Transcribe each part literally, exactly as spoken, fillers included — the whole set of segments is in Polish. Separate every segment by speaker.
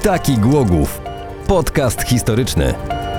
Speaker 1: Taki Głogów. Podcast historyczny.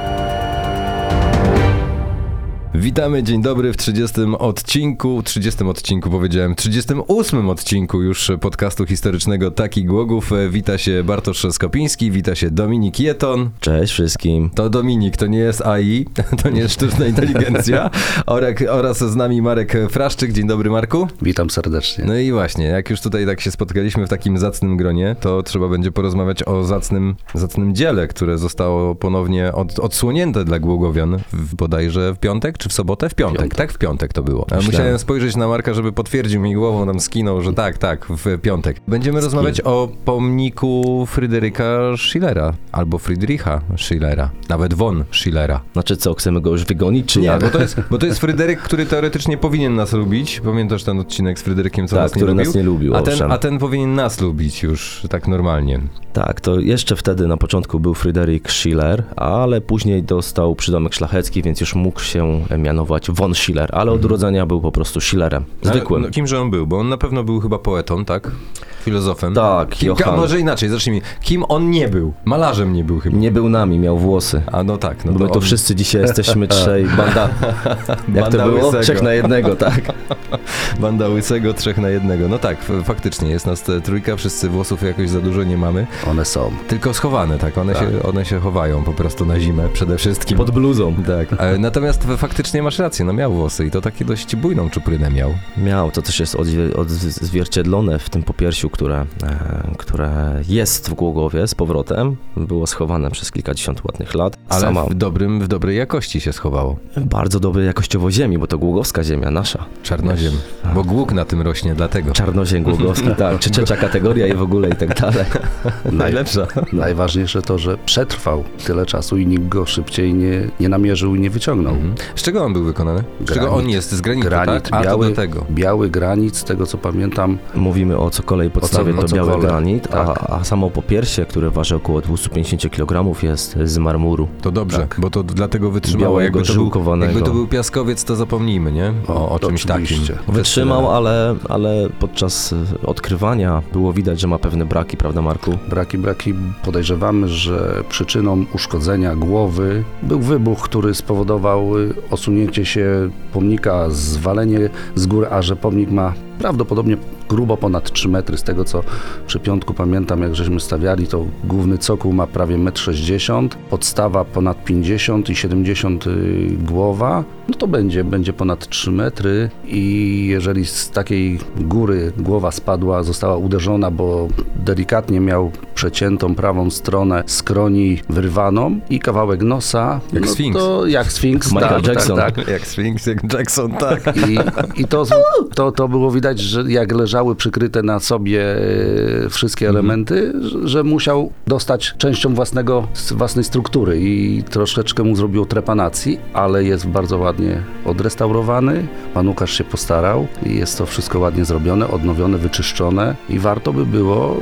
Speaker 1: Witamy, dzień dobry w trzydziestym odcinku, trzydziestym odcinku powiedziałem, trzydziestym ósmym odcinku już podcastu historycznego Taki Głogów. Wita się Bartosz Skopiński, wita się Dominik Jeton.
Speaker 2: Cześć wszystkim.
Speaker 1: To Dominik, to nie jest A I, to nie jest sztuczna inteligencja. Orek, oraz z nami Marek Fraszczyk. Dzień dobry, Marku.
Speaker 3: Witam serdecznie.
Speaker 1: No i właśnie, jak już tutaj tak się spotkaliśmy w takim zacnym gronie, to trzeba będzie porozmawiać o zacnym, zacnym dziele, które zostało ponownie od, odsłonięte dla Głogowian w, bodajże w piątek, czy w sobotę? W piątek, piątek. tak? W piątek to było. Myślałem. Musiałem spojrzeć na Marka, żeby potwierdził mi głową, tam skinął, że tak, tak, w piątek. Będziemy Skin. rozmawiać o pomniku Fryderyka Schillera, albo Friedricha Schillera, nawet von Schillera.
Speaker 2: Znaczy co, chcemy go już wygonić, czy
Speaker 1: nie?
Speaker 2: jak?
Speaker 1: Bo to jest, bo to jest Fryderyk, który teoretycznie powinien nas lubić. Pamiętasz ten odcinek z Fryderykiem, co
Speaker 2: tak,
Speaker 1: nas nie
Speaker 2: który
Speaker 1: lubił?
Speaker 2: nas nie lubił,
Speaker 1: a ten, a ten powinien nas lubić już tak normalnie.
Speaker 2: Tak, to jeszcze wtedy na początku był Fryderyk Schiller, ale później dostał przydomek szlachecki, więc już mógł się mianować von Schiller, ale od urodzenia był po prostu Schillerem, zwykłym.
Speaker 1: No, kimże on był? Bo on na pewno był chyba poetą, tak? Filozofem.
Speaker 2: Tak,
Speaker 1: Kim, ka, może inaczej, zacznijmy. Kim on nie był? Malarzem nie był chyba.
Speaker 2: Nie był nami, miał włosy.
Speaker 1: A no tak. No
Speaker 2: Bo
Speaker 1: to
Speaker 2: my to
Speaker 1: on...
Speaker 2: wszyscy dzisiaj jesteśmy trzej, banda, jak
Speaker 1: banda
Speaker 2: to było?
Speaker 1: Łysego.
Speaker 2: Trzech na jednego, tak.
Speaker 1: Banda Łysego, trzech na jednego. No tak, f- faktycznie, jest nas trójka, wszyscy włosów jakoś za dużo nie mamy.
Speaker 3: One są.
Speaker 1: Tylko schowane, tak, one, tak. Się, one się chowają po prostu na zimę przede wszystkim.
Speaker 2: Pod bluzą.
Speaker 1: Tak, ale natomiast faktycznie masz rację, no miał włosy i to takie dość bujną czuprynę miał.
Speaker 2: Miał, to też jest odzwier- odzwierciedlone w tym popiersiu, które, e, które jest w Głogowie z powrotem. Było schowane przez kilkadziesiąt ładnych lat.
Speaker 1: Ale
Speaker 2: Sama...
Speaker 1: w, dobrym, w dobrej jakości się schowało.
Speaker 2: Bardzo dobrej jakościowo ziemi, bo to głogowska ziemia, nasza.
Speaker 1: Czarnoziem, Wiesz, bo głóg na tym rośnie, dlatego.
Speaker 2: Czarnoziem głogowski, tak, czy trzecia kategoria i w ogóle i tak dalej.
Speaker 1: Najlepsza.
Speaker 3: Najważniejsze to, że przetrwał tyle czasu i nikt go szybciej nie, nie namierzył i nie wyciągnął. Mhm.
Speaker 1: Z czego on był wykonany? Z granit. czego on jest? Z granitu,
Speaker 3: granit,
Speaker 1: tak? A,
Speaker 3: biały,
Speaker 1: to do tego.
Speaker 3: biały granit, z tego co pamiętam.
Speaker 2: Mówimy o cokolej podstawie,
Speaker 3: o co,
Speaker 2: to biały
Speaker 3: cokole.
Speaker 2: granit,
Speaker 3: tak.
Speaker 2: a, a samo popiersie, które waży około dwieście pięćdziesiąt kilogramów, jest z marmuru.
Speaker 1: To dobrze, tak. bo to dlatego wytrzymało.
Speaker 2: Białego,
Speaker 1: jakby, to był, jakby to był piaskowiec, to zapomnijmy, nie? O, o czymś
Speaker 3: oczywiście.
Speaker 1: takim.
Speaker 2: Wytrzymał, ale, ale podczas odkrywania było widać, że ma pewne braki, prawda, Marku?
Speaker 3: Braki, braki. Podejrzewamy, że przyczyną uszkodzenia głowy był wybuch, który spowodował osunięcie się pomnika, zwalenie z góry, a że pomnik ma prawdopodobnie grubo ponad trzy metry, z tego co przy piątku pamiętam, jak żeśmy stawiali, to główny cokół ma prawie metr sześćdziesiąt, podstawa ponad pięćdziesiąt i siedemdziesiąt y, głowa, no to będzie, będzie ponad trzy metry i jeżeli z takiej góry głowa spadła, została uderzona, bo delikatnie miał przeciętą prawą stronę skroni wyrwaną i kawałek nosa,
Speaker 1: jak
Speaker 3: no
Speaker 1: Sfinks.
Speaker 3: To jak Sfinks,
Speaker 2: Michael
Speaker 3: tak,
Speaker 2: Jackson.
Speaker 3: tak, tak.
Speaker 1: Jak Sfinks, jak Jackson, tak.
Speaker 3: I, i to, to, to było widać, że jak leżały przykryte na sobie wszystkie elementy, że musiał dostać częścią własnego, własnej struktury i troszeczkę mu zrobiło trepanacji, ale jest bardzo ładnie odrestaurowany. Pan Łukasz się postarał i jest to wszystko ładnie zrobione, odnowione, wyczyszczone i warto by było,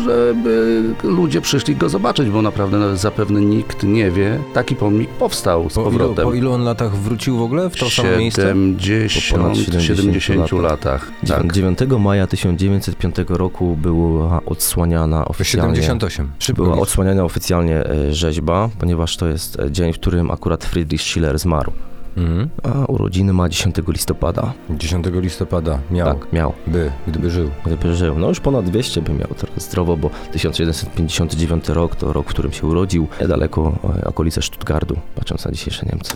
Speaker 3: żeby ludzie przyszli go zobaczyć, bo naprawdę zapewne nikt nie wie. Taki pomnik powstał z
Speaker 1: po
Speaker 3: powrotem.
Speaker 1: Ilu, po ilu on latach wrócił w ogóle w to samo miejsce?
Speaker 3: siedemdziesiąt, siedemdziesięciu latach. Tak.
Speaker 2: dziewiątego maja tysiąc dziewięćset piątego roku była odsłaniana oficjalnie.
Speaker 1: siedemdziesiąt osiem. Szybko
Speaker 2: była
Speaker 1: nic.
Speaker 2: odsłaniana oficjalnie rzeźba, ponieważ to jest dzień, w którym akurat Friedrich Schiller zmarł. Mhm. A urodziny ma dziesiątego listopada.
Speaker 1: dziesiątego listopada miał.
Speaker 2: Tak, miał.
Speaker 1: By, gdyby żył.
Speaker 2: Gdyby żył. No już ponad dwieście by miał teraz zdrowo, bo tysiąc siedemset pięćdziesiąty dziewiąty rok to rok, w którym się urodził, niedaleko okolice Stuttgartu, patrząc na dzisiejsze Niemcy.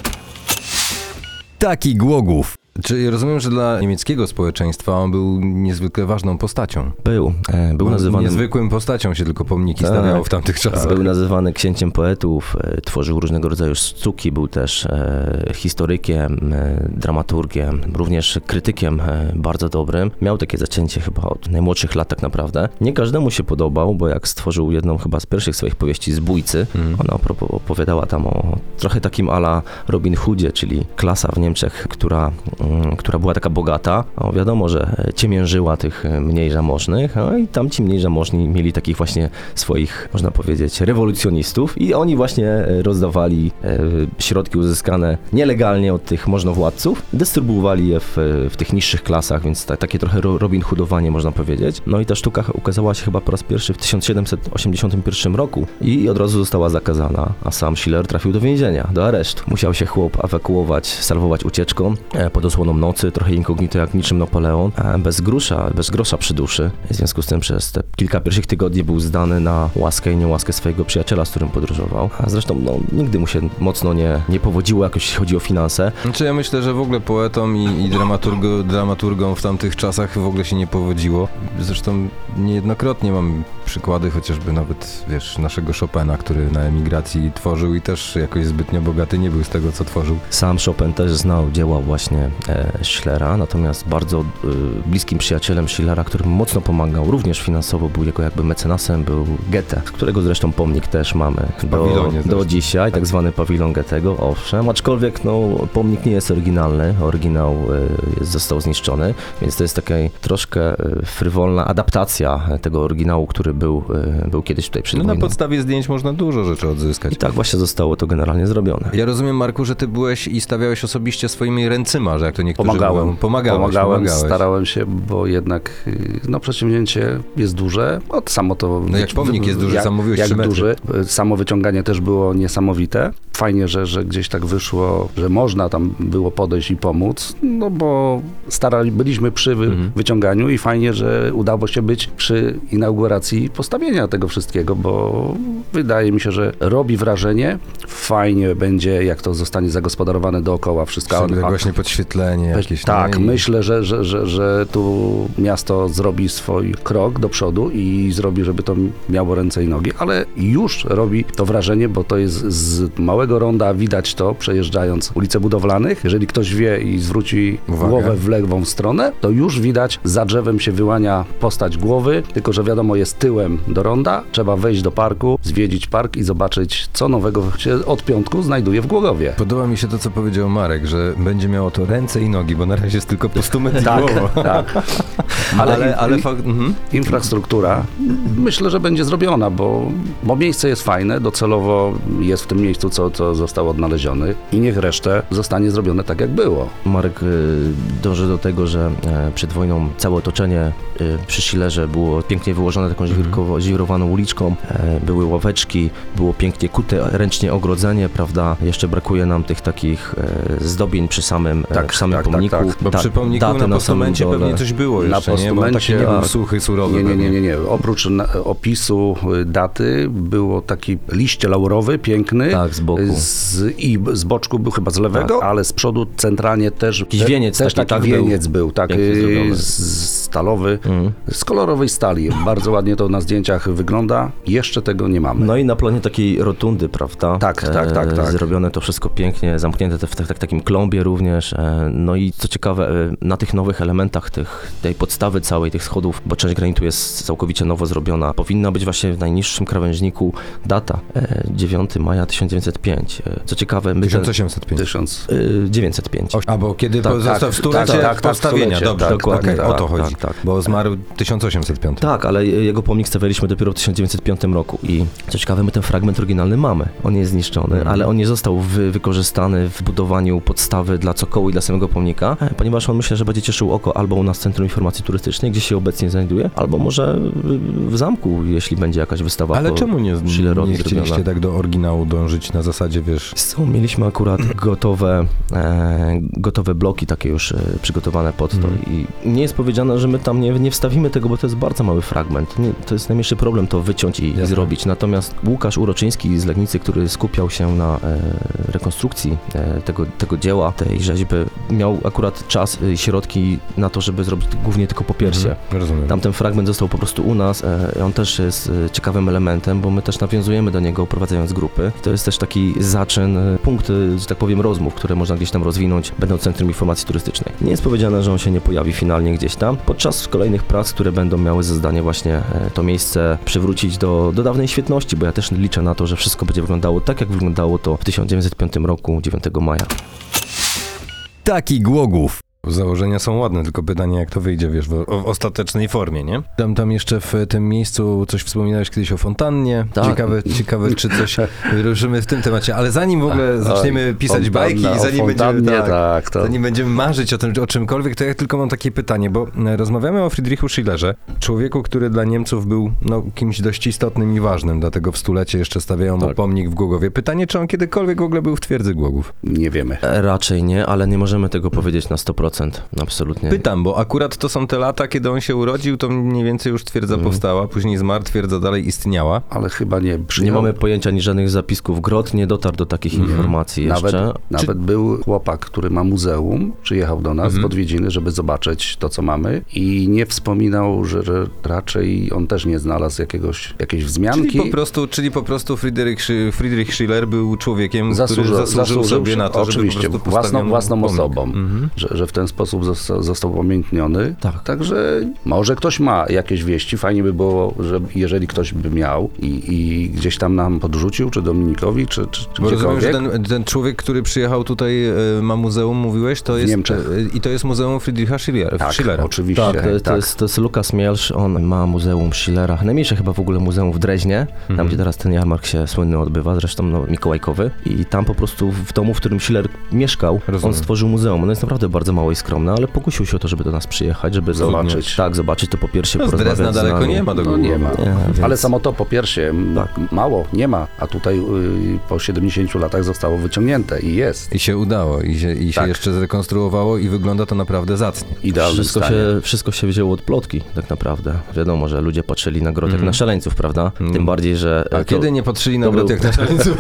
Speaker 1: Taki Głogów. Czy rozumiem, że dla niemieckiego społeczeństwa on był niezwykle ważną postacią?
Speaker 2: Był. E, był nazywany...
Speaker 1: Niezwykłym postacią się tylko pomniki tak, stawiało w tamtych czasach.
Speaker 2: Był nazywany księciem poetów, e, tworzył różnego rodzaju sztuki, był też e, historykiem, e, dramaturgiem, również krytykiem e, bardzo dobrym. Miał takie zacięcie chyba od najmłodszych lat tak naprawdę. Nie każdemu się podobał, bo jak stworzył jedną chyba z pierwszych swoich powieści Zbójcy, mm. ona opowiadała tam o trochę takim a la Robin Hoodzie, czyli klasa w Niemczech, która mm, która była taka bogata. No, wiadomo, że ciemiężyła tych mniej zamożnych, no i tam ci mniej zamożni mieli takich właśnie swoich, można powiedzieć, rewolucjonistów i oni właśnie rozdawali e, środki uzyskane nielegalnie od tych możnowładców, dystrybuowali je w, w tych niższych klasach, więc ta, takie trochę ro, Robin Hoodowanie można powiedzieć. No i ta sztuka ukazała się chyba po raz pierwszy w tysiąc siedemset osiemdziesiątym pierwszym roku i od razu została zakazana, a sam Schiller trafił do więzienia, do aresztu. Musiał się chłop ewakuować, salwować ucieczką e, pod osłoną nocy, trochę inkognito jak niczym Napoleon, e, bez grosza, bez grosza przy duszy. W związku z tym przez te kilka pierwszych tygodni był zdany na łaskę i niełaskę swojego przyjaciela, z którym podróżował. A zresztą no, nigdy mu się mocno nie, nie powodziło, jakoś jeśli chodzi o finanse.
Speaker 1: Znaczy ja myślę, że w ogóle poetom i, i dramaturgo, dramaturgom w tamtych czasach w ogóle się nie powodziło. Zresztą niejednokrotnie mam przykłady chociażby nawet, wiesz, naszego Chopina, który na emigracji tworzył i też jakoś zbytnio bogaty nie był z tego, co tworzył.
Speaker 2: Sam Chopin też znał dzieła właśnie e, Schillera, natomiast bardzo e, bliskim przyjacielem Schillera, który mu mocno pomagał, również finansowo, był jego jakby mecenasem, był Goethe, którego zresztą pomnik też mamy do, do dzisiaj, tak zwany pawilon Goethego, owszem, aczkolwiek no, pomnik nie jest oryginalny, oryginał e, jest, został zniszczony, więc to jest taka troszkę e, frywolna adaptacja tego oryginału, który był, e, był kiedyś tutaj przed
Speaker 1: No
Speaker 2: wojną.
Speaker 1: na podstawie zdjęć można dużo rzeczy odzyskać.
Speaker 2: I tak właśnie zostało to generalnie zrobione.
Speaker 1: Ja rozumiem, Marku, że ty byłeś i stawiałeś osobiście swoimi ręcyma, że jak to niektórzy
Speaker 3: Pomagałem.
Speaker 1: mówią. Pomagałeś,
Speaker 3: Pomagałem,
Speaker 1: pomagałeś.
Speaker 3: starałem się, bo jednak no, przedsięwzięcie jest duże. No, samo to...
Speaker 1: No jak pomnik jest duży,
Speaker 3: jak,
Speaker 1: sam mówiłeś
Speaker 3: jak
Speaker 1: trzy metry.
Speaker 3: duży. Samo wyciąganie też było niesamowite. Fajnie, że, że gdzieś tak wyszło, że można tam było podejść i pomóc, no bo starali, byliśmy przy wy,
Speaker 1: mhm.
Speaker 3: wyciąganiu i fajnie, że udało się być przy inauguracji postawienia tego wszystkiego, bo wydaje mi się, że robi wrażenie. Fajnie będzie, jak to zostanie zagospodarowane dookoła wszystko.
Speaker 1: Sobie tak właśnie podświetlenie jakieś.
Speaker 3: Tak,
Speaker 1: no i...
Speaker 3: myślę, że, że, że, że tu miasto zrobi swój krok do przodu i zrobi, żeby to miało ręce i nogi, ale już robi to wrażenie, bo to jest z małego ronda, widać to przejeżdżając ulice Budowlanych. Jeżeli ktoś wie i zwróci
Speaker 1: Uwaga.
Speaker 3: głowę w lewą stronę, to już widać, za drzewem się wyłania postać głowy, tylko że wiadomo, jest tyłem do ronda. Trzeba wejść do parku, zwiedzić park i zobaczyć, co nowego się od piątku znajduje w Głogowie.
Speaker 1: Podoba mi się to, co powiedział Marek, że będzie miało to ręce i nogi, bo na razie jest tylko postument i
Speaker 3: Tak,
Speaker 1: głowa.
Speaker 3: tak.
Speaker 1: Ale,
Speaker 3: Ale,
Speaker 1: ale, ale fakt... Mhm.
Speaker 3: infrastruktura myślę, że będzie zrobiona, bo, bo miejsce jest fajne, docelowo jest w tym miejscu, co, co zostało odnalezione i niech resztę zostanie zrobione tak, jak było.
Speaker 2: Marek y, dąży do tego, że e, przed wojną całe otoczenie y, przy Schillerze było pięknie wyłożone taką żwirkowo- żwirowaną uliczką, e, były ławeczki, było pięknie kute ręcznie ogrodzenie, prawda? Jeszcze brakuje nam tych takich e, zdobień przy samym, e,
Speaker 3: Tak,
Speaker 2: przy samym
Speaker 3: tak, tak,
Speaker 2: pomniku.
Speaker 3: tak.
Speaker 1: Bo
Speaker 2: Ta-
Speaker 1: przy pomniku
Speaker 2: daty
Speaker 1: na
Speaker 2: samym
Speaker 1: postumencie
Speaker 2: dole.
Speaker 1: pewnie coś było
Speaker 3: Na
Speaker 1: jeszcze, nie? Bo on taki nie
Speaker 3: postumencie,
Speaker 1: był suchy, surowy.
Speaker 3: Nie, nie, nie,
Speaker 1: pewnie.
Speaker 3: nie, nie. Oprócz na, opisu y, daty było taki liść laurowy, piękny.
Speaker 2: Tak, z boku.
Speaker 3: Z, I z boczku był chyba z lewego,
Speaker 2: Tak.
Speaker 3: ale z przodu centralnie też...
Speaker 2: Jakiś
Speaker 3: te,
Speaker 2: wieniec
Speaker 3: też
Speaker 2: taki,
Speaker 3: taki
Speaker 2: tak, był.
Speaker 3: wieniec był, tak,
Speaker 2: Pięknie
Speaker 3: y,
Speaker 2: zrobiony.
Speaker 3: z, stalowy,
Speaker 2: Mhm.
Speaker 3: z kolorowej stali. Bardzo ładnie to na zdjęciach wygląda. Jeszcze tego nie mamy.
Speaker 2: No i na planie takiej rotundy, prawda?
Speaker 3: Tak, tak, tak, tak.
Speaker 2: Zrobione to wszystko pięknie, zamknięte te w tak, tak, takim klombie również. E, No i co ciekawe, e, na tych nowych elementach tych, tej podstawy całej tych schodów, bo część granitu jest całkowicie nowo zrobiona, powinna być właśnie w najniższym krawężniku data e, dziewiątego maja tysiąc dziewięćset piątego. E, Co ciekawe, my
Speaker 1: tysiąc
Speaker 2: ten,
Speaker 1: osiemset pięć.
Speaker 3: Tysiąc...
Speaker 2: e, dziewięćset pięć.
Speaker 1: A bo kiedy
Speaker 2: Tak,
Speaker 1: po- został
Speaker 3: tak,
Speaker 1: w stulecie
Speaker 3: tak, tak, tak,
Speaker 1: postawienia,
Speaker 3: stulecie,
Speaker 1: dobrze,
Speaker 3: tak,
Speaker 1: dokładnie,
Speaker 2: tak,
Speaker 1: o
Speaker 2: tak,
Speaker 1: to chodzi.
Speaker 2: tak, tak.
Speaker 1: Bo zmarł tysiąc osiemset piąty.
Speaker 2: Tak, ale jego pomnik stawialiśmy dopiero w tysiąc dziewięćset piątym roku i co ciekawe, my ten fragment oryginalny mamy. On nie jest zniszczony,
Speaker 1: Mhm.
Speaker 2: ale on nie został wy, wykorzystany w budowaniu podstawy dla cokołu i dla samego pomnika, ponieważ on myślę, że będzie cieszył oko albo u nas w Centrum Informacji Turystycznej, gdzie się obecnie znajduje, albo może w, w zamku, jeśli będzie jakaś wystawa.
Speaker 1: Ale
Speaker 2: po
Speaker 1: czemu nie,
Speaker 2: Schillerowi
Speaker 1: nie chcieliście
Speaker 2: zrobiona.
Speaker 1: tak do oryginału dążyć na zasadzie, wiesz...
Speaker 2: Co, mieliśmy akurat gotowe, e, gotowe bloki takie już e, przygotowane pod to
Speaker 1: Mhm.
Speaker 2: i nie jest powiedziane, że my tam nie, nie wstawimy tego, bo to jest bardzo mały fragment. Nie, to jest najmniejszy problem to wyciąć i, i
Speaker 1: Jasne.
Speaker 2: zrobić. Natomiast Łukasz Uroczyński z Legnicy, który skupiał się na e, rekonstrukcji e, tego, tego dzieła, tej rzeźby, miał akurat czas i środki na to, żeby zrobić głównie tylko po piersie.
Speaker 1: Mhm, rozumiem.
Speaker 2: Tamten fragment został po prostu u nas. e, On też jest e, ciekawym elementem, bo my też nawiązujemy do niego, prowadzając grupy. To jest też taki zaczyn, e, punkt, e, że tak powiem, rozmów, które można gdzieś tam rozwinąć, będąc Centrum Informacji Turystycznej. Nie jest powiedziane, że on się nie pojawi finalnie gdzieś tam. Podczas kolejnych prac, które będą miały za zadanie właśnie e, to miejsce przywrócić do, do dawnej świetności, bo ja też liczę na to, że wszystko będzie wyglądało tak, jak wyglądało to w tysiąc dziewięćset piątym roku, dziewiątego maja.
Speaker 1: Taki Głogów. Założenia są ładne, tylko pytanie, jak to wyjdzie, wiesz, w, w ostatecznej formie, nie? Tam, tam jeszcze w tym miejscu coś wspominałeś kiedyś o fontannie.
Speaker 2: Tak.
Speaker 1: Ciekawe, ciekawe, czy coś ruszymy w tym temacie, ale zanim w ogóle zaczniemy pisać
Speaker 3: Fontanna,
Speaker 1: bajki i
Speaker 3: o
Speaker 1: zanim będziemy,
Speaker 3: fontannie,
Speaker 1: tak,
Speaker 3: tak, to...
Speaker 1: zanim będziemy marzyć o tym, o czymkolwiek, to ja tylko mam takie pytanie, bo rozmawiamy o Friedrichu Schillerze, człowieku, który dla Niemców był no, kimś dość istotnym i ważnym, dlatego w stulecie jeszcze stawiają mu
Speaker 2: Tak.
Speaker 1: pomnik w Głogowie. Pytanie, czy on kiedykolwiek w ogóle był w twierdzy Głogów?
Speaker 3: Nie wiemy.
Speaker 2: E, Raczej nie, ale nie możemy tego powiedzieć na sto procent. Absolutnie.
Speaker 1: Pytam, bo akurat to są te lata, kiedy on się urodził, to mniej więcej już twierdza
Speaker 2: Mhm.
Speaker 1: powstała, później zmarł, twierdza dalej istniała.
Speaker 3: Ale chyba nie
Speaker 2: Nie
Speaker 3: przyjął.
Speaker 2: mamy pojęcia ani żadnych zapisków. Grot nie dotarł do takich informacji
Speaker 3: Nawet,
Speaker 2: jeszcze.
Speaker 3: nawet był chłopak, który ma muzeum, przyjechał do nas
Speaker 1: Mhm.
Speaker 3: w odwiedziny, żeby zobaczyć to, co mamy i nie wspominał, że, że raczej on też nie znalazł jakiegoś, jakiejś wzmianki.
Speaker 1: Czyli po prostu, czyli po prostu Friedrich, Sch- Friedrich Schiller był człowiekiem,
Speaker 3: Zasłużył,
Speaker 1: który zasłużył
Speaker 3: zasłużył
Speaker 1: sobie na to,
Speaker 3: oczywiście,
Speaker 1: żeby po prostu
Speaker 3: własną,
Speaker 1: postawiono
Speaker 3: własną
Speaker 1: pomnik.
Speaker 3: osobą,
Speaker 1: Mhm.
Speaker 3: że, że w ten sposób został, został upamiętniony.
Speaker 2: Tak.
Speaker 3: Także może ktoś ma jakieś wieści, fajnie by było, że jeżeli ktoś by miał i, i gdzieś tam nam podrzucił, czy Dominikowi, czy, czy, czy
Speaker 1: Bo rozumiem, że
Speaker 3: gdziekolwiek.
Speaker 1: ten, ten człowiek, który przyjechał tutaj, e, ma muzeum, mówiłeś, to
Speaker 3: W
Speaker 1: jest...
Speaker 3: Niemczech.
Speaker 1: e, I to jest muzeum Friedricha Schiller,
Speaker 3: Tak,
Speaker 1: Schillera.
Speaker 3: oczywiście.
Speaker 2: Tak, to, jest- to,
Speaker 3: tak.
Speaker 2: jest, to jest Lukas Mielsz, on ma muzeum Schillera, najmniejsze chyba w ogóle muzeum w Dreźnie, tam gdzie teraz ten jarmark się słynny odbywa, zresztą no, mikołajkowy i tam po prostu w domu, w którym Schiller mieszkał,
Speaker 1: Rozumiem.
Speaker 2: on stworzył muzeum. Ono jest naprawdę bardzo małe i skromne, ale pokusił się o to, żeby do nas przyjechać, żeby
Speaker 3: Zobaczyć.
Speaker 2: Tak, zobaczyć to po pierwsze,
Speaker 1: No z
Speaker 2: porozmawiać
Speaker 1: Drezna
Speaker 2: z
Speaker 1: daleko
Speaker 2: nami.
Speaker 1: nie ma do
Speaker 3: No
Speaker 1: Głogowa.
Speaker 3: nie ma.
Speaker 2: Nie, więc-
Speaker 3: Ale samo to po pierwsze m,
Speaker 2: Tak.
Speaker 3: mało, nie ma, a tutaj y, po siedemdziesięciu latach zostało wyciągnięte i jest.
Speaker 1: I się udało, i się, i się
Speaker 3: Tak.
Speaker 1: jeszcze zrekonstruowało i wygląda to naprawdę zacnie.
Speaker 3: Idealnym
Speaker 2: Wszystko
Speaker 3: stanie.
Speaker 2: się, wszystko się wzięło od plotki, tak naprawdę. Wiadomo, że ludzie patrzyli na grot jak na szaleńców, prawda? Tym bardziej, że...
Speaker 1: A
Speaker 2: e, to,
Speaker 1: kiedy nie patrzyli na
Speaker 2: to
Speaker 1: grot
Speaker 2: był-
Speaker 1: jak na szaleńców?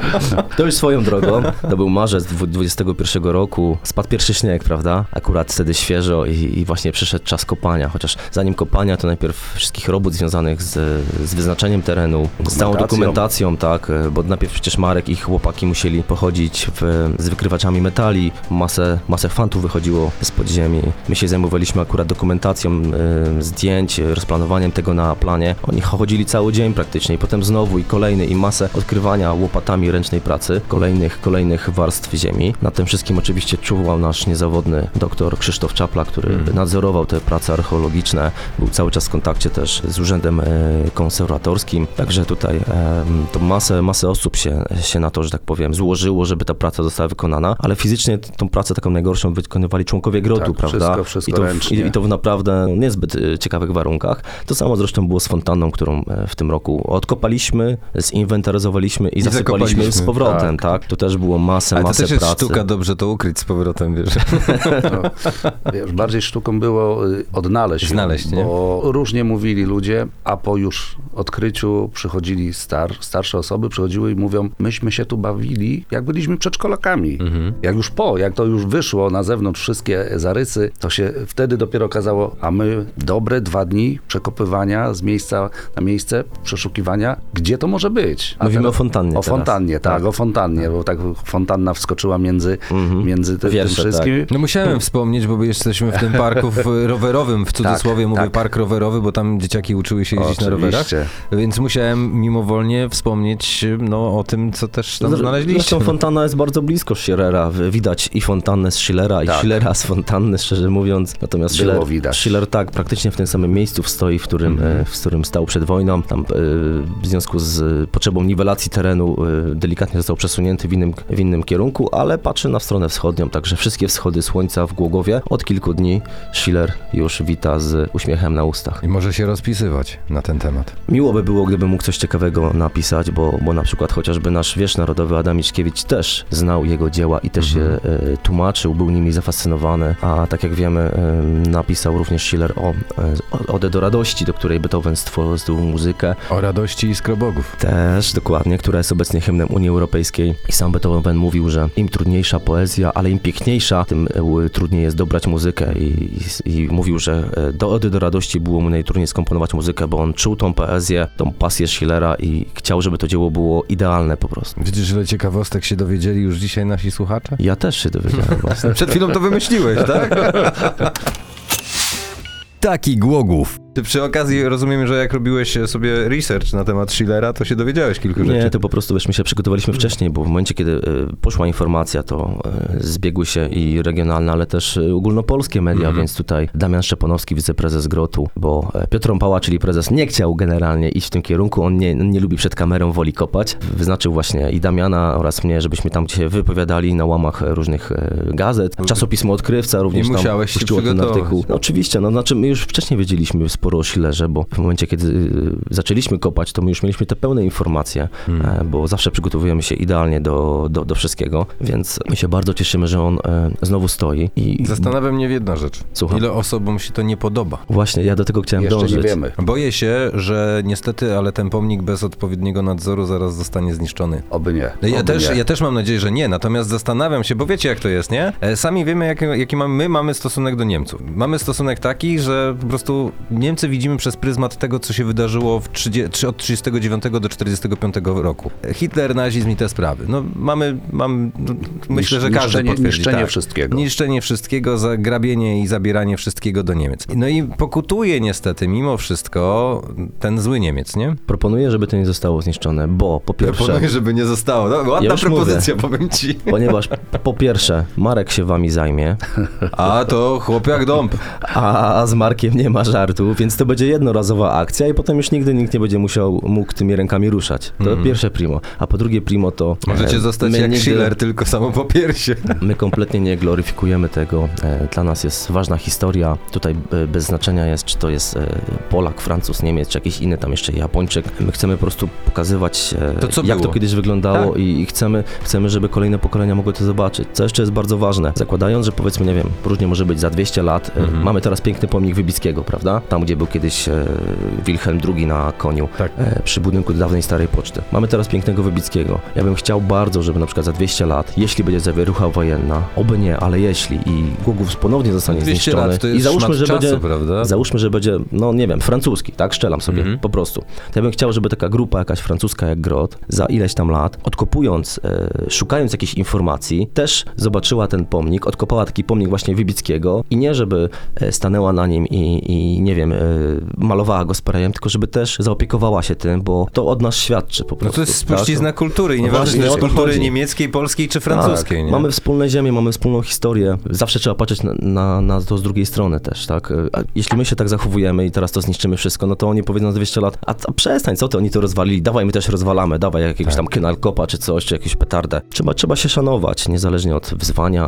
Speaker 2: To już swoją drogą. To był marzec dwudziestego pierwszego roku. Spadł pierwszy śnieg, prawda? Akurat wtedy świeżo i, i właśnie przyszedł czas kopania. Chociaż zanim kopania, to najpierw wszystkich robót związanych z, z wyznaczeniem terenu, z całą
Speaker 3: Dokumentacją.
Speaker 2: dokumentacją, tak? Bo najpierw przecież Marek i chłopaki musieli pochodzić w, z wykrywaczami metali. Masę, masę fantów wychodziło z podziemi. My się zajmowaliśmy akurat dokumentacją y, zdjęć, rozplanowaniem tego na planie. Oni chodzili cały dzień praktycznie i potem znowu i kolejny i masę odkrywania łopatami ręcznej pracy, kolejnych, kolejnych warstw ziemi. Na tym wszystkim oczywiście czuwał nasz niezawodny doktor Krzysztof Czapla, który
Speaker 1: Mhm.
Speaker 2: nadzorował te prace archeologiczne, był cały czas w kontakcie też z urzędem e, konserwatorskim, także tutaj e, to masę, masę osób się, się na to, że tak powiem, złożyło, żeby ta praca została wykonana, ale fizycznie t- tą pracę taką najgorszą wykonywali członkowie grotu,
Speaker 3: Tak,
Speaker 2: prawda?
Speaker 3: wszystko, wszystko
Speaker 2: I, to w,
Speaker 3: ręcznie.
Speaker 2: i, I to w naprawdę niezbyt e, ciekawych warunkach. To samo zresztą było z fontanną, którą e, w tym roku odkopaliśmy, zinwentaryzowaliśmy i,
Speaker 1: I
Speaker 2: zasypaliśmy
Speaker 1: zakopaliśmy.
Speaker 2: z powrotem, tak? Tu też było masę,
Speaker 1: Ale to
Speaker 2: masę
Speaker 1: też jest
Speaker 2: pracy.
Speaker 1: sztuka dobrze to ukryć z powrotem, wiesz.
Speaker 3: No, wiesz, bardziej sztuką było y, odnaleźć ją,
Speaker 1: Znaleźć, nie?
Speaker 3: bo różnie mówili ludzie, a po już odkryciu przychodzili star, starsze osoby, przychodziły i mówią, myśmy się tu bawili, jak byliśmy przedszkolakami.
Speaker 1: Mhm.
Speaker 3: Jak już po, jak to już wyszło na zewnątrz wszystkie zarysy, to się wtedy dopiero okazało, a my dobre dwa dni przekopywania z miejsca na miejsce, przeszukiwania, gdzie to może być? A
Speaker 2: Mówimy
Speaker 3: teraz-
Speaker 2: o fontannie
Speaker 3: O
Speaker 2: teraz.
Speaker 3: fontannie, tak,
Speaker 2: Tak.
Speaker 3: o fontannie, bo tak fontanna wskoczyła między,
Speaker 2: Mhm.
Speaker 3: między ty, tym
Speaker 2: Wiersze,
Speaker 3: wszystkim.
Speaker 1: No musiałem wspomnieć, bo jesteśmy w tym parku w- rowerowym, w cudzysłowie
Speaker 3: Tak,
Speaker 1: mówię
Speaker 3: tak.
Speaker 1: park rowerowy, bo tam dzieciaki uczyły się jeździć na rowerach,
Speaker 3: Oczywiście.
Speaker 1: więc musiałem mimowolnie wspomnieć no, o tym, co też tam
Speaker 2: Zre-
Speaker 1: znaleźliście.
Speaker 2: Zresztą fontanna jest bardzo blisko Schillera. W- Widać i fontannę z Schillera, i
Speaker 3: Tak.
Speaker 2: Schillera z fontanny, szczerze mówiąc. Natomiast
Speaker 3: Było
Speaker 2: Schiller,
Speaker 3: widać.
Speaker 2: Schiller tak, praktycznie w tym samym miejscu stoi, w którym, e, w którym stał przed wojną. Tam e, w związku z potrzebą niwelacji terenu e, delikatnie został przesunięty w innym, w innym kierunku, ale patrzy na stronę wschodnią, także wszystkie wschody słońca w Głogowie. Od kilku dni Schiller już wita z uśmiechem na ustach.
Speaker 1: I może się rozpisywać na ten temat.
Speaker 2: Miło by było, gdyby mógł coś ciekawego napisać, bo, bo na przykład chociażby nasz wiersz narodowy Adam Mickiewicz też znał jego dzieła i też
Speaker 1: Mhm.
Speaker 2: je e, tłumaczył, był nimi zafascynowany, a tak jak wiemy e, napisał również Schiller o, e, o Odę do radości, do której Beethoven stworzył muzykę,
Speaker 1: O radości i skrobogów.
Speaker 2: też dokładnie, która jest obecnie hymnem Unii Europejskiej i sam Beethoven mówił, że im trudniejsza poezja, ale im piękniejsza, tym e, trudniej jest dobrać muzykę i, i, i mówił, że e, do Ody do radości było mu najtrudniej skomponować muzykę, bo on czuł tą poezję, tą pasję Schillera i chciał, żeby to dzieło było idealne po prostu.
Speaker 1: Widzisz, ile ciekawostek się dowiedzieli już dzisiaj nasi słuchacze?
Speaker 2: Ja też się dowiedziałem właśnie.
Speaker 1: Przed chwilą to wymyśliłeś, tak? Taki Głogów. Ty przy okazji rozumiem, że jak robiłeś sobie research na temat Schillera, to się dowiedziałeś kilku rzeczy.
Speaker 2: Nie, to po prostu myśmy się przygotowaliśmy wcześniej, bo w momencie, kiedy y, poszła informacja, to y, zbiegły się i regionalne, ale też y, ogólnopolskie media,
Speaker 1: Mhm.
Speaker 2: więc tutaj Damian Szczepanowski, wiceprezes Grotu, bo y, Piotr Rąpała, czyli prezes, nie chciał generalnie iść w tym kierunku, on nie, nie lubi przed kamerą, woli kopać. Wyznaczył właśnie i Damiana oraz mnie, żebyśmy tam się wypowiadali na łamach różnych y, gazet. Czasopismo Odkrywca również
Speaker 1: I
Speaker 2: tam
Speaker 1: musiałeś się
Speaker 2: puściło ten
Speaker 1: przygotować.
Speaker 2: artykuł. No oczywiście, no znaczy my już wcześniej wiedzieliśmy sporo o Schillerze, bo w momencie, kiedy y, zaczęliśmy kopać, to my już mieliśmy te pełne informacje,
Speaker 1: Hmm.
Speaker 2: e, bo zawsze przygotowujemy się idealnie do, do, do wszystkiego, więc my się bardzo cieszymy, że on e, znowu stoi i
Speaker 1: Zastanawia mnie jedna rzecz.
Speaker 2: Słucham.
Speaker 1: Ile osobom się to nie podoba?
Speaker 2: właśnie ja do tego chciałem
Speaker 3: Jeszcze
Speaker 2: dążyć.
Speaker 3: nie wiemy.
Speaker 1: Boję się, że niestety, ale ten pomnik bez odpowiedniego nadzoru zaraz zostanie zniszczony.
Speaker 3: Oby nie.
Speaker 1: No Ja
Speaker 3: Oby
Speaker 1: też,
Speaker 3: nie.
Speaker 1: ja też mam nadzieję, że nie, natomiast zastanawiam się, bo wiecie jak to jest, nie? E, Sami wiemy, jaki, jaki mamy, my mamy stosunek do Niemców. Mamy stosunek taki, że po prostu Niemcy widzimy przez pryzmat tego, co się wydarzyło w trzydziestym, od trzydziestego dziewiątego do czterdziestego piątego roku. Hitler, nazizm i te sprawy. No mamy, mam, myślę, że każdy
Speaker 3: Niszczenie,
Speaker 1: potwierdzi.
Speaker 3: niszczenie
Speaker 1: tak.
Speaker 3: wszystkiego.
Speaker 1: Niszczenie wszystkiego, zagrabienie i zabieranie wszystkiego do Niemiec. No i pokutuje niestety mimo wszystko ten zły Niemiec, nie?
Speaker 2: Proponuję, żeby to nie zostało zniszczone, bo po pierwsze,
Speaker 1: Proponuję, żeby nie zostało. No, ładna
Speaker 2: Ja już
Speaker 1: propozycja, powiem ci.
Speaker 2: ponieważ po pierwsze Marek się wami zajmie,
Speaker 1: A to chłopiak dąb.
Speaker 2: a z Markiem nie ma żartu, więc to będzie jednorazowa akcja i potem już nigdy nikt nie będzie musiał mógł tymi rękami ruszać. To
Speaker 1: Mhm.
Speaker 2: pierwsze primo. A po drugie primo to...
Speaker 1: Możecie
Speaker 2: e,
Speaker 1: zostać
Speaker 2: my
Speaker 1: jak
Speaker 2: nigdy-
Speaker 1: Schiller, tylko samo po piersie.
Speaker 2: My kompletnie nie gloryfikujemy tego. E, Dla nas jest ważna historia. Tutaj e, bez znaczenia jest, czy to jest e, Polak, Francuz, Niemiec, czy jakiś inny tam jeszcze Japończyk. My chcemy po prostu pokazywać, e,
Speaker 1: To, co
Speaker 2: jak
Speaker 1: było.
Speaker 2: to kiedyś wyglądało
Speaker 1: Tak.
Speaker 2: i, i chcemy, chcemy, żeby kolejne pokolenia mogły to zobaczyć. Co jeszcze jest bardzo ważne, zakładając, że powiedzmy, nie wiem, różnie może być za dwieście lat, e,
Speaker 1: Mhm.
Speaker 2: mamy teraz piękny pomnik Wybickiego, prawda? Tam, gdzie był kiedyś e, Wilhelm drugi na koniu,
Speaker 1: Tak.
Speaker 2: e, przy budynku dawnej Starej Poczty. Mamy teraz pięknego Wybickiego. Ja bym chciał bardzo, żeby na przykład za dwieście lat, jeśli będzie zawierucha wojenna, oby nie, ale jeśli i Głogów ponownie zostanie
Speaker 1: dwieście
Speaker 2: zniszczony
Speaker 1: lat to jest
Speaker 2: i załóżmy,
Speaker 1: szmat
Speaker 2: że
Speaker 1: czasu,
Speaker 2: będzie,
Speaker 1: prawda?
Speaker 2: załóżmy, że będzie, no nie wiem, francuski, tak, szczelam sobie,
Speaker 1: Mhm.
Speaker 2: po prostu. To ja bym chciał, żeby taka grupa jakaś francuska jak Grot, za ileś tam lat, odkopując, e, szukając jakichś informacji, też zobaczyła ten pomnik, odkopała taki pomnik właśnie Wybickiego i nie, żeby e, stanęła na nim i, i nie wiem, e, malowała go sprayem, tylko żeby też zaopiekowała się tym, bo to od nas świadczy po
Speaker 1: No
Speaker 2: prostu.
Speaker 1: to jest
Speaker 2: tak?
Speaker 1: spuścizna kultury i
Speaker 2: No
Speaker 1: nieważne,
Speaker 2: właśnie,
Speaker 1: czy
Speaker 2: o
Speaker 1: jest
Speaker 2: to
Speaker 1: kultury
Speaker 2: chodzi.
Speaker 1: niemieckiej, polskiej czy francuskiej,
Speaker 2: Tak,
Speaker 1: nie?
Speaker 2: mamy wspólne ziemię, mamy wspólną historię. Zawsze trzeba patrzeć na, na, na to z drugiej strony też, tak? A jeśli my się tak zachowujemy i teraz to zniszczymy wszystko, no to oni powiedzą za dwieście lat, a, a przestań, co ty, oni to rozwalili, dawaj, my też rozwalamy, dawaj jakiegoś
Speaker 1: Tak.
Speaker 2: tam knalkopa czy coś, czy jakąś petardę. Trzeba, trzeba się szanować, niezależnie od wyzwania,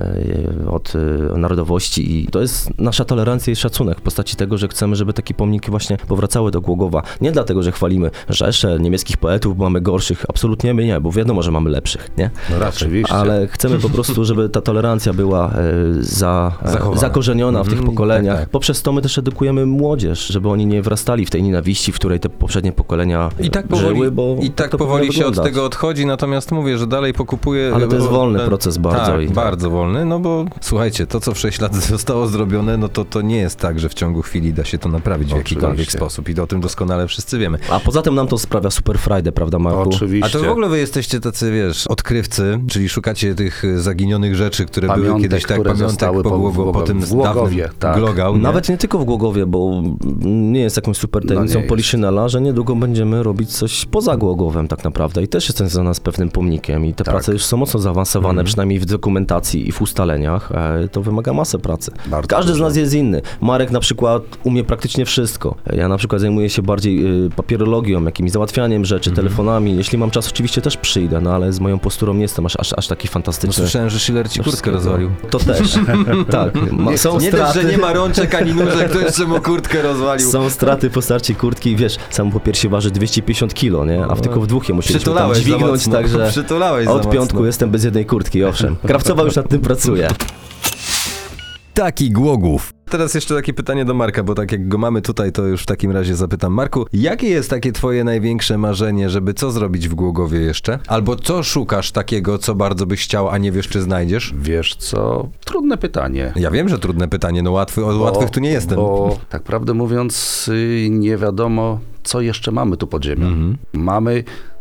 Speaker 2: e, od e, narodowości i to jest nasza tolerancja i szacunek w postaci tego, że chcemy, żeby takie pomniki właśnie powracały do Głogowa. Nie dlatego, że chwalimy Rzeszę, niemieckich poetów, bo mamy gorszych, absolutnie nie, bo wiadomo, że mamy lepszych, nie?
Speaker 3: No raczej. Oczywiście.
Speaker 2: Ale chcemy po prostu, żeby ta tolerancja była e, za, e,
Speaker 1: Zachowana.
Speaker 2: zakorzeniona w tych
Speaker 1: Mhm,
Speaker 2: pokoleniach.
Speaker 1: tak, tak.
Speaker 2: Poprzez to my też edukujemy młodzież, żeby oni nie wrastali w tej nienawiści, w której te poprzednie pokolenia
Speaker 1: I tak
Speaker 2: żyły,
Speaker 1: powoli,
Speaker 2: bo
Speaker 1: i tak
Speaker 2: to
Speaker 1: powoli
Speaker 2: powinno
Speaker 1: się od
Speaker 2: wyglądać.
Speaker 1: tego odchodzi, natomiast mówię, że dalej pokupuje...
Speaker 2: Ale to jest
Speaker 1: bo-
Speaker 2: wolny
Speaker 1: ten-
Speaker 2: proces bardzo
Speaker 1: Tak,
Speaker 2: i-
Speaker 1: bardzo wolny, no bo słuchajcie, to co w sześć lat zostało zrobione, no to to nie jest tak, że w ciągu chwili da się to naprawić w
Speaker 3: Oczywiście.
Speaker 1: jakikolwiek sposób i o tym doskonale wszyscy wiemy.
Speaker 2: A poza tym nam to sprawia super frajdę, prawda, Marku?
Speaker 3: Oczywiście.
Speaker 1: A to w ogóle wy jesteście tacy, wiesz, odkrywcy, czyli szukacie tych zaginionych rzeczy, które były
Speaker 3: Pamiątek,
Speaker 1: kiedyś tak,
Speaker 3: które
Speaker 1: pamiątek
Speaker 3: zostały
Speaker 1: po,
Speaker 3: po-
Speaker 1: Głogo,
Speaker 3: w
Speaker 1: po
Speaker 3: Głogo-
Speaker 1: tym
Speaker 3: w Głogowie,
Speaker 1: dawnym
Speaker 3: tak.
Speaker 1: Glogau, nie?
Speaker 2: Nawet nie tylko w Głogowie, bo nie jest jakąś super
Speaker 3: No
Speaker 2: tajemnicą
Speaker 3: nie jest.
Speaker 2: Poliszynela, że niedługo będziemy robić coś poza Głogowem tak naprawdę i też jest związana z pewnym pomnikiem i te
Speaker 3: Tak.
Speaker 2: prace już są mocno zaawansowane,
Speaker 1: Mhm.
Speaker 2: przynajmniej w dokumentacji i w ustaleniach, e, to wymaga masę pracy.
Speaker 3: Bardzo
Speaker 2: Każdy z
Speaker 3: dużo.
Speaker 2: nas jest inny. Marek na przykład umie praktycznie wszystko. Ja na przykład zajmuję się bardziej y, papierologią, jakimś załatwianiem rzeczy,
Speaker 1: Mhm.
Speaker 2: telefonami. Jeśli mam czas, oczywiście też przyjdę, no ale z moją posturą nie jestem aż, aż, aż taki
Speaker 1: No,
Speaker 2: fantastyczny.
Speaker 1: słyszałem, że Schiller ci kurtkę
Speaker 2: Wszystkiego.
Speaker 1: rozwalił.
Speaker 2: To też. tak. Ma, są
Speaker 1: Nie
Speaker 2: straty.
Speaker 1: dość, że nie ma rączek ani nóżek, to jeszcze mu kurtkę rozwalił.
Speaker 2: Są straty po starcie kurtki, wiesz, sam po piersi waży dwieście pięćdziesiąt kilo, nie? A w tylko w dwóch je musieliśmy tam
Speaker 1: Przytulałeś za
Speaker 2: dźwignąć,
Speaker 1: mocno.
Speaker 2: także
Speaker 1: Przytulałeś za
Speaker 2: od
Speaker 1: mocno.
Speaker 2: piątku jestem bez jednej kurtki, owszem. Krawcowa już nad tym pracuje.
Speaker 1: Taki Głogów. Teraz jeszcze takie pytanie do Marka, bo tak jak go mamy tutaj, to już w takim razie zapytam. Marku, jakie jest takie twoje największe marzenie, żeby co zrobić w Głogowie jeszcze? Albo co szukasz takiego, co bardzo byś chciał, a nie wiesz, czy znajdziesz?
Speaker 3: Wiesz co? Trudne pytanie.
Speaker 1: Ja wiem, że trudne pytanie, no łatwy, od łatwych tu nie jestem.
Speaker 3: Bo tak prawdę mówiąc, y, nie wiadomo, co jeszcze mamy tu pod ziemią.
Speaker 1: Mhm.
Speaker 3: Mamy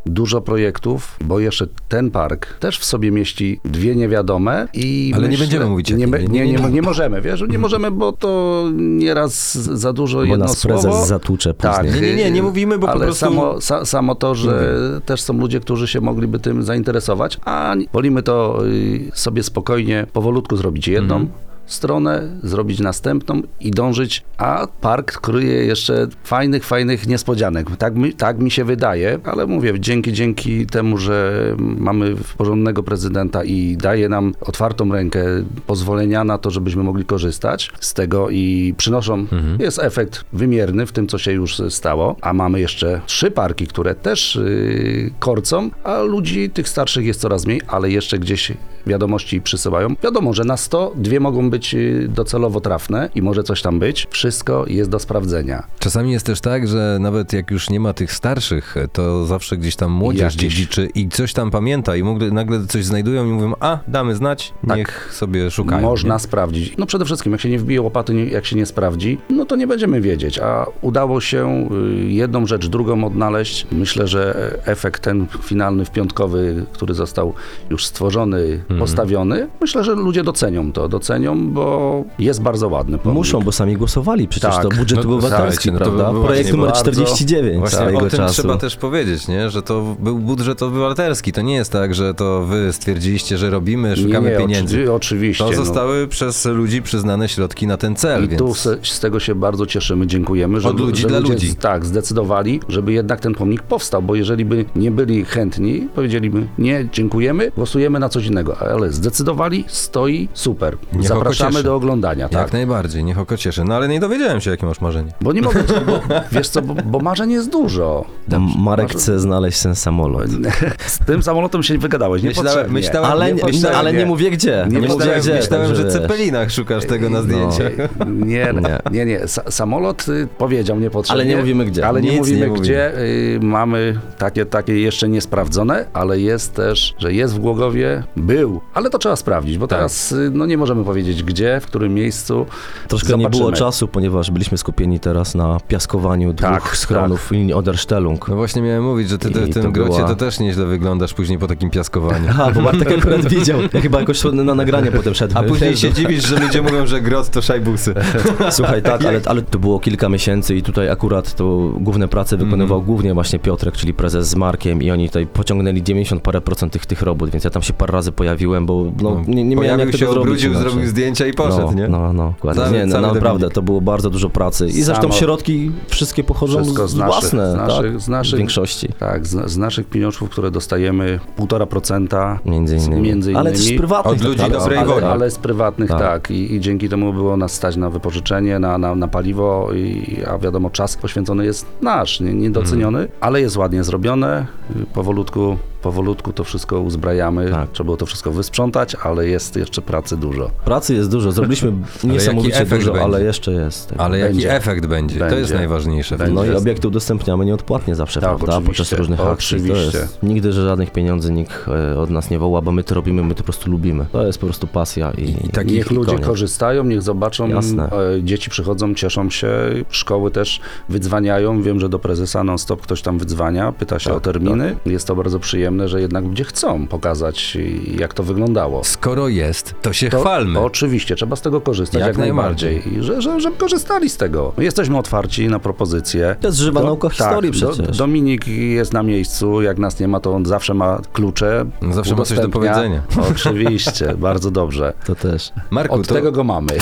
Speaker 3: dużo projektów, bo jeszcze ten park też w sobie mieści dwie niewiadome i
Speaker 1: Ale nie
Speaker 3: myślę,
Speaker 1: będziemy mówić,
Speaker 3: nie,
Speaker 1: jakie.
Speaker 3: nie, nie, nie, nie możemy, wiesz, nie możemy, bo to nieraz za dużo
Speaker 2: Bo
Speaker 3: jedno
Speaker 2: nas
Speaker 3: słowo.
Speaker 2: prezes zatłucze
Speaker 3: Tak,
Speaker 2: później.
Speaker 1: Nie, nie, nie, nie mówimy, bo po
Speaker 3: ale
Speaker 1: prostu-
Speaker 3: samo, sa, samo to, że też są ludzie, którzy się mogliby tym zainteresować, a wolimy to y, sobie spokojnie, powolutku zrobić jedną
Speaker 1: Mhm.
Speaker 3: stronę, zrobić następną i dążyć, a park kryje jeszcze fajnych, fajnych niespodzianek. Tak mi, tak mi się wydaje, ale mówię, dzięki, dzięki temu, że mamy porządnego prezydenta i daje nam otwartą rękę, pozwolenia na to, żebyśmy mogli korzystać z tego i przynoszą,
Speaker 1: Mhm.
Speaker 3: jest efekt wymierny w tym, co się już stało, a mamy jeszcze trzy parki, które też yy, korcą, a ludzi tych starszych jest coraz mniej, ale jeszcze gdzieś wiadomości przysyłają. Wiadomo, że na sto dwie mogą być y, docelowo trafne i może coś tam być. Wszystko jest do sprawdzenia.
Speaker 1: Czasami jest też tak, że nawet jak już nie ma tych starszych, to zawsze gdzieś tam młodzież
Speaker 3: Jakieś.
Speaker 1: dziedziczy i coś tam pamięta i mógł- nagle coś znajdują i mówią, a, damy znać,
Speaker 3: Tak.
Speaker 1: niech sobie szukają.
Speaker 3: Można
Speaker 1: nie?
Speaker 3: sprawdzić. No przede wszystkim, jak się nie wbije łopaty, nie- jak się nie sprawdzi, no to nie będziemy wiedzieć. A udało się y, jedną rzecz, drugą odnaleźć. Myślę, że efekt ten finalny, wpiątkowy, który został już stworzony, postawiony, myślę, że ludzie docenią to. Docenią, bo jest bardzo ładny pomnik.
Speaker 2: Muszą, bo sami głosowali, przecież
Speaker 3: Tak.
Speaker 2: to budżet
Speaker 1: No,
Speaker 2: obywatelski,
Speaker 1: słuchajcie, no to
Speaker 2: prawda?
Speaker 1: było
Speaker 2: Projekt
Speaker 1: właśnie
Speaker 2: numer
Speaker 3: bardzo-
Speaker 2: czterdzieści dziewięć
Speaker 1: Właśnie
Speaker 2: całego
Speaker 1: o tym
Speaker 2: czasu.
Speaker 1: trzeba też powiedzieć, nie? Że to był budżet obywatelski. To nie jest tak, że to wy stwierdziliście, że robimy, szukamy
Speaker 3: nie, nie,
Speaker 1: pieniędzy.
Speaker 3: Oczy, oczywiście.
Speaker 1: To
Speaker 3: no.
Speaker 1: zostały przez ludzi przyznane środki na ten cel,
Speaker 3: I
Speaker 1: więc...
Speaker 3: tu se, z tego się bardzo cieszymy, dziękujemy, że,
Speaker 1: Od ludzi
Speaker 3: że
Speaker 1: dla
Speaker 3: ludzie
Speaker 1: ludzi.
Speaker 3: z- tak, zdecydowali, żeby jednak ten pomnik powstał, bo jeżeli by nie byli chętni, powiedzieliby nie, dziękujemy, głosujemy na coś innego, ale zdecydowali, stoi, super.
Speaker 1: Niech oko
Speaker 3: Zapraszamy
Speaker 1: cieszy.
Speaker 3: do oglądania,
Speaker 1: Jak
Speaker 3: tak?
Speaker 1: najbardziej, niech oko cieszy. No ale nie dowiedziałem się, jakie masz marzenie.
Speaker 3: Bo nie mogę, bo, wiesz co, bo, bo marzeń jest dużo.
Speaker 2: M- Marek
Speaker 3: Marzeń-
Speaker 2: chce znaleźć ten samolot.
Speaker 3: Z tym samolotem się wygadałeś,
Speaker 1: Myślałem-
Speaker 3: niepotrzebnie.
Speaker 1: myślałem-
Speaker 2: Ale,
Speaker 1: nie
Speaker 2: nie,
Speaker 1: myślałem,
Speaker 2: ale nie
Speaker 3: nie.
Speaker 2: mówię gdzie.
Speaker 3: Nie
Speaker 2: Nie, mówię
Speaker 1: Myślałem,
Speaker 2: gdzie.
Speaker 1: myślałem że
Speaker 2: także
Speaker 1: w Cepelinach szukasz tego na zdjęciach.
Speaker 3: Nie, nie,
Speaker 2: Nie.
Speaker 3: nie, nie. Sa- samolot y, powiedział niepotrzebnie.
Speaker 2: Ale nie mówimy gdzie.
Speaker 3: Ale nie
Speaker 1: Nic
Speaker 3: mówimy
Speaker 1: nie mówimy.
Speaker 3: gdzie. Y, mamy takie, takie jeszcze niesprawdzone, ale jest też, że jest w Głogowie, był, ale to trzeba sprawdzić, bo
Speaker 1: Tak.
Speaker 3: teraz y, no nie możemy powiedzieć gdzie, w którym miejscu.
Speaker 2: Troszkę
Speaker 3: Zobaczymy.
Speaker 2: nie było czasu, ponieważ byliśmy skupieni teraz na piaskowaniu dwóch
Speaker 3: Tak,
Speaker 2: schronów linii Odersztelung.
Speaker 1: No właśnie miałem mówić, że ty, ty
Speaker 2: I
Speaker 1: w tym
Speaker 2: to
Speaker 1: grocie
Speaker 2: była-
Speaker 1: to też nieźle wyglądasz później po takim piaskowaniu.
Speaker 2: Aha, bo Bartek akurat widział. Ja chyba jakoś na nagranie potem szedłem.
Speaker 1: A później
Speaker 2: Wiesz,
Speaker 1: się
Speaker 2: no.
Speaker 1: dziwisz, że ludzie mówią, że grot to szajbusy.
Speaker 2: Słuchaj, tak, ale, ale to było kilka miesięcy i tutaj akurat to główne prace wykonywał
Speaker 1: Mhm.
Speaker 2: głównie właśnie Piotrek, czyli prezes z Markiem i oni tutaj pociągnęli dziewięćdziesiąt parę procent tych, tych robót, więc ja tam się parę razy pojawiłem, bo no, nie, nie miałem
Speaker 1: Pojawił
Speaker 2: jak
Speaker 1: się,
Speaker 2: tego zrobić
Speaker 1: obrócił,
Speaker 2: inaczej.
Speaker 1: zrobił zdjęcia i poszedł,
Speaker 2: no,
Speaker 1: nie?
Speaker 2: No, no, dokładnie.
Speaker 1: Cały-
Speaker 2: nie, no,
Speaker 1: cały
Speaker 2: naprawdę,
Speaker 1: Dominik.
Speaker 2: to było bardzo dużo pracy i zresztą
Speaker 3: Samo-
Speaker 2: środki wszystkie pochodzą
Speaker 3: Wszystko
Speaker 2: z,
Speaker 3: z naszych-
Speaker 2: własne,
Speaker 3: z naszych-
Speaker 2: tak?
Speaker 3: z naszych-
Speaker 2: w większości.
Speaker 3: Tak, z, z naszych pieniążków, które dostajemy, półtora procenta.
Speaker 2: Między innymi.
Speaker 3: Między innymi.
Speaker 2: Ale też z prywatnych.
Speaker 1: Od ludzi
Speaker 2: tak,
Speaker 1: dobrej
Speaker 2: ale-
Speaker 1: woli.
Speaker 3: Ale, ale z prywatnych
Speaker 2: Tak.
Speaker 3: tak, I, i dzięki temu było nas stać na wypożyczenie, na, na, na paliwo, i, a wiadomo, czas poświęcony jest nasz, nie- niedoceniony,
Speaker 2: Mhm.
Speaker 3: ale jest ładnie zrobione, powolutku, powolutku to wszystko uzbrajamy,
Speaker 2: Tak.
Speaker 3: trzeba było to wszystko wysprzątać, ale jest jeszcze pracy dużo.
Speaker 2: Pracy jest dużo, zrobiliśmy niesamowicie
Speaker 1: efekt
Speaker 2: dużo,
Speaker 1: będzie?
Speaker 2: ale jeszcze jest. tego.
Speaker 1: Ale jaki
Speaker 3: Będzie.
Speaker 1: efekt będzie? To
Speaker 3: Będzie.
Speaker 1: jest najważniejsze.
Speaker 3: Będzie.
Speaker 2: No i
Speaker 3: jest.
Speaker 2: obiekty udostępniamy nieodpłatnie zawsze,
Speaker 3: Tak,
Speaker 2: prawda?
Speaker 3: oczywiście,
Speaker 2: Podczas różnych akcji. To
Speaker 3: oczywiście.
Speaker 2: jest, nigdy, że żadnych pieniędzy nikt e, od nas nie woła, bo my to robimy, my to po prostu lubimy. To jest po prostu pasja i,
Speaker 1: I tak-
Speaker 3: Niech ludzie
Speaker 2: koniec.
Speaker 3: korzystają, niech zobaczą,
Speaker 2: Jasne.
Speaker 3: e, dzieci przychodzą, cieszą się, szkoły też wydzwaniają, wiem, że do prezesa non-stop ktoś tam wydzwania, pyta się
Speaker 2: Tak,
Speaker 3: o terminy, jest to bardzo przyjemne, że jednak ludzie chcą pokazać, jak to wyglądało.
Speaker 1: Skoro jest, to się
Speaker 3: To,
Speaker 1: chwalmy.
Speaker 3: Oczywiście, trzeba z tego korzystać
Speaker 1: Jak
Speaker 3: jak, najbardziej, I że, że, żeby korzystali z tego. My jesteśmy otwarci na propozycje.
Speaker 2: To jest żywa
Speaker 3: Do-
Speaker 2: nauka historii
Speaker 3: tak,
Speaker 2: przecież.
Speaker 3: Do, Dominik jest na miejscu, jak nas nie ma, to on zawsze ma klucze.
Speaker 1: Zawsze ma coś do
Speaker 3: udostępnia.
Speaker 1: powiedzenia.
Speaker 3: Oczywiście, bardzo dobrze.
Speaker 2: To też.
Speaker 1: Marku,
Speaker 3: Od
Speaker 1: to
Speaker 3: tego go mamy.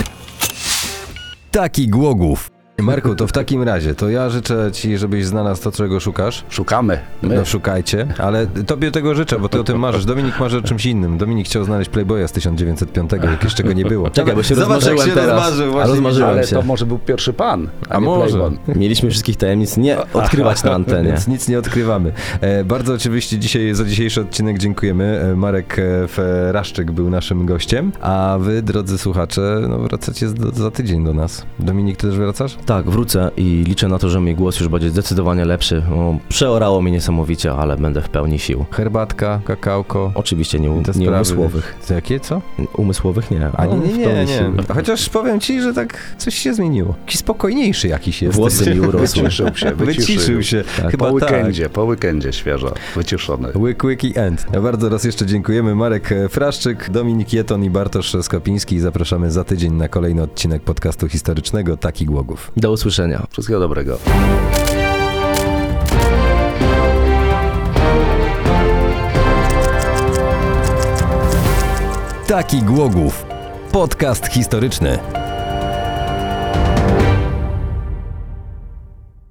Speaker 1: taki Głogów. Marku, to w takim razie, to ja życzę ci, żebyś znalazł to, czego szukasz.
Speaker 3: Szukamy. My.
Speaker 1: No szukajcie, ale tobie tego życzę, bo ty o tym marzysz. Dominik marzy o czymś innym. Dominik chciał znaleźć Playboya z tysiąc dziewięćset piątego, jak jeszcze go nie było.
Speaker 2: Czekaj, bo się
Speaker 1: Zobacz, jak
Speaker 2: rozmarzyłem
Speaker 1: się
Speaker 2: teraz.
Speaker 1: rozmarzył,
Speaker 2: A
Speaker 1: właśnie
Speaker 2: rozmarzyłem
Speaker 3: Ale
Speaker 2: się.
Speaker 3: to może był pierwszy pan, a,
Speaker 1: A
Speaker 3: nie
Speaker 1: może.
Speaker 3: Playboy.
Speaker 2: Mieliśmy wszystkich tajemnic nie odkrywać na antenie.
Speaker 1: Więc nic nie odkrywamy. E, bardzo oczywiście dzisiaj za dzisiejszy odcinek dziękujemy. E, Marek e, Feraszczyk był naszym gościem, a wy, drodzy słuchacze, no wracacie z, za tydzień do nas. Dominik, ty też wracasz?
Speaker 2: Tak, wrócę i liczę na to, że mój głos już będzie zdecydowanie lepszy. O, przeorało mnie niesamowicie, ale będę w pełni sił.
Speaker 1: Herbatka, kakałko.
Speaker 2: Oczywiście nie, um,
Speaker 1: Te
Speaker 2: nie
Speaker 1: sprawy.
Speaker 2: umysłowych.
Speaker 1: Co, jakie, co?
Speaker 2: Umysłowych nie.
Speaker 1: A nie,
Speaker 2: ale
Speaker 1: nie,
Speaker 2: w
Speaker 1: nie,
Speaker 2: pełni
Speaker 1: nie.
Speaker 2: sił.
Speaker 1: Chociaż powiem ci, że tak coś się zmieniło. Jakiś spokojniejszy jakiś jest.
Speaker 2: Włosy mi urosły.
Speaker 3: Wyciszył się, wyciszył.
Speaker 1: Wyciszył się.
Speaker 2: Tak.
Speaker 1: Chyba
Speaker 3: Po
Speaker 1: tak.
Speaker 3: weekendzie, po weekendzie świeżo, wyciszony.
Speaker 1: Łyk, łyk i end. Bardzo raz jeszcze dziękujemy. Marek Fraszczyk, Dominik Jeton i Bartosz Skopiński. Zapraszamy za tydzień na kolejny odcinek podcastu historycznego Taki Głogów.
Speaker 2: Do usłyszenia.
Speaker 3: Wszystkiego dobrego.
Speaker 1: Taki Głogów. Podcast historyczny.